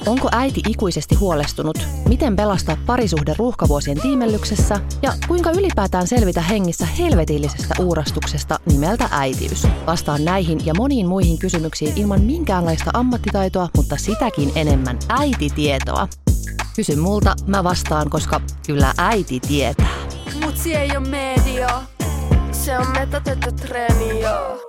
Onko äiti ikuisesti huolestunut? Miten pelastaa parisuhde ruuhkavuosien tiimellyksessä? Ja kuinka ylipäätään selvitä hengissä helvetillisestä uurastuksesta nimeltä äitiys? Vastaan näihin ja moniin muihin kysymyksiin ilman minkäänlaista ammattitaitoa, mutta sitäkin enemmän äititietoa. Kysy multa, mä vastaan, koska kyllä äiti tietää. Mutsi ei oo media, se on metatettu treeni, joo.